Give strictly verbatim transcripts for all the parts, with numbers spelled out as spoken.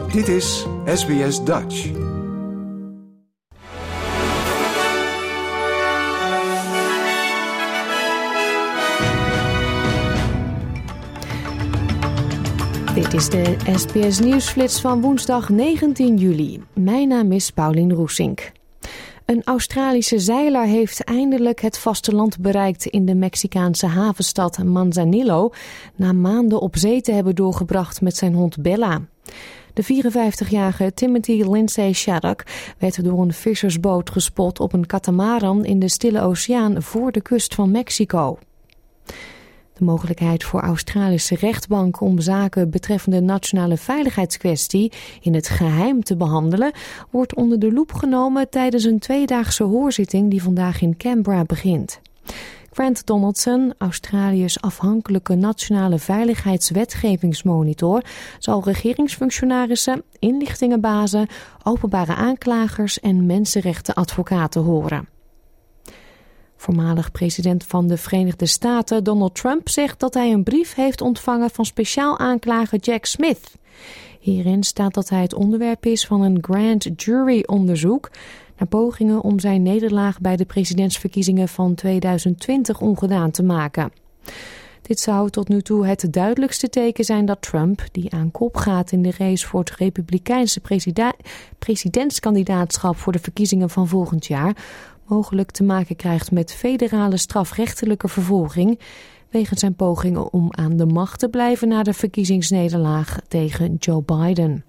Dit is S B S Dutch. Dit is de S B S Nieuwsflits van woensdag negentien juli. Mijn naam is Paulien Roesink. Een Australische zeiler heeft eindelijk het vasteland bereikt in de Mexicaanse havenstad Manzanillo, na maanden op zee te hebben doorgebracht met zijn hond Bella. De vierenvijftigjarige Timothy Lindsay Shaddock werd door een vissersboot gespot op een katamaran in de Stille Oceaan voor de kust van Mexico. De mogelijkheid voor Australische rechtbanken om zaken betreffende nationale veiligheidskwestie in het geheim te behandelen wordt onder de loep genomen tijdens een tweedaagse hoorzitting die vandaag in Canberra begint. Grant Donaldson, Australië's afhankelijke nationale veiligheidswetgevingsmonitor, zal regeringsfunctionarissen, inlichtingenbazen, openbare aanklagers en mensenrechtenadvocaten horen. Voormalig president van de Verenigde Staten Donald Trump zegt dat hij een brief heeft ontvangen van speciaal aanklager Jack Smith. Hierin staat dat hij het onderwerp is van een grand jury onderzoek naar pogingen om zijn nederlaag bij de presidentsverkiezingen van tweeduizend twintig ongedaan te maken. Dit zou tot nu toe het duidelijkste teken zijn dat Trump, die aan kop gaat in de race voor het Republikeinse presida- presidentskandidaatschap voor de verkiezingen van volgend jaar, mogelijk te maken krijgt met federale strafrechtelijke vervolging wegens zijn pogingen om aan de macht te blijven na de verkiezingsnederlaag tegen Joe Biden.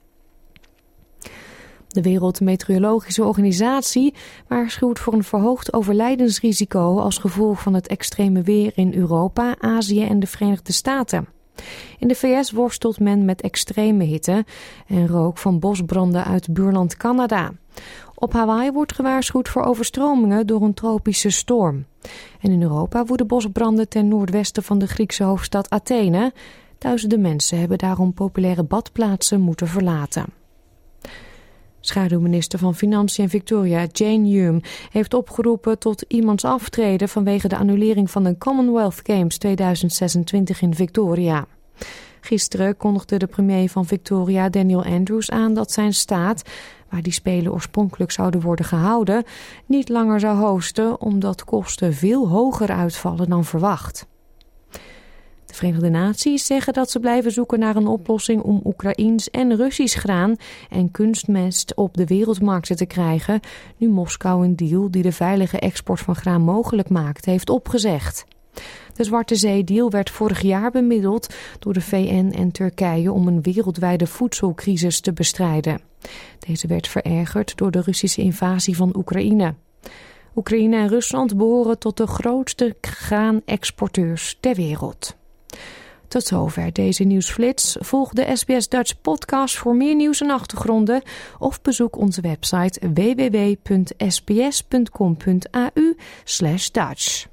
De Wereldmeteorologische Organisatie waarschuwt voor een verhoogd overlijdensrisico als gevolg van het extreme weer in Europa, Azië en de Verenigde Staten. In de V S worstelt men met extreme hitte en rook van bosbranden uit buurland Canada. Op Hawaii wordt gewaarschuwd voor overstromingen door een tropische storm. En in Europa woeden bosbranden ten noordwesten van de Griekse hoofdstad Athene. Duizenden mensen hebben daarom populaire badplaatsen moeten verlaten. Schaduwminister van Financiën in Victoria, Jane Hume, heeft opgeroepen tot iemands aftreden vanwege de annulering van de Commonwealth Games tweeduizend zesentwintig in Victoria. Gisteren kondigde de premier van Victoria, Daniel Andrews, aan dat zijn staat, waar die spelen oorspronkelijk zouden worden gehouden, niet langer zou hosten omdat kosten veel hoger uitvallen dan verwacht. De Verenigde Naties zeggen dat ze blijven zoeken naar een oplossing om Oekraïens en Russisch graan en kunstmest op de wereldmarkten te krijgen, nu Moskou een deal die de veilige export van graan mogelijk maakt heeft opgezegd. De Zwarte Zee-deal werd vorig jaar bemiddeld door de V N en Turkije om een wereldwijde voedselcrisis te bestrijden. Deze werd verergerd door de Russische invasie van Oekraïne. Oekraïne en Rusland behoren tot de grootste graanexporteurs ter wereld. Tot zover deze nieuwsflits. Volg de S B S Dutch podcast voor meer nieuws en achtergronden of bezoek onze website w w w punt s b s punt com punt a u slash Dutch.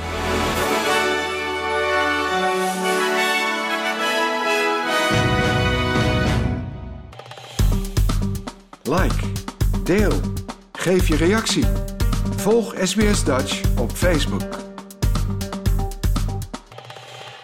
Like, deel, geef je reactie. Volg S B S Dutch op Facebook.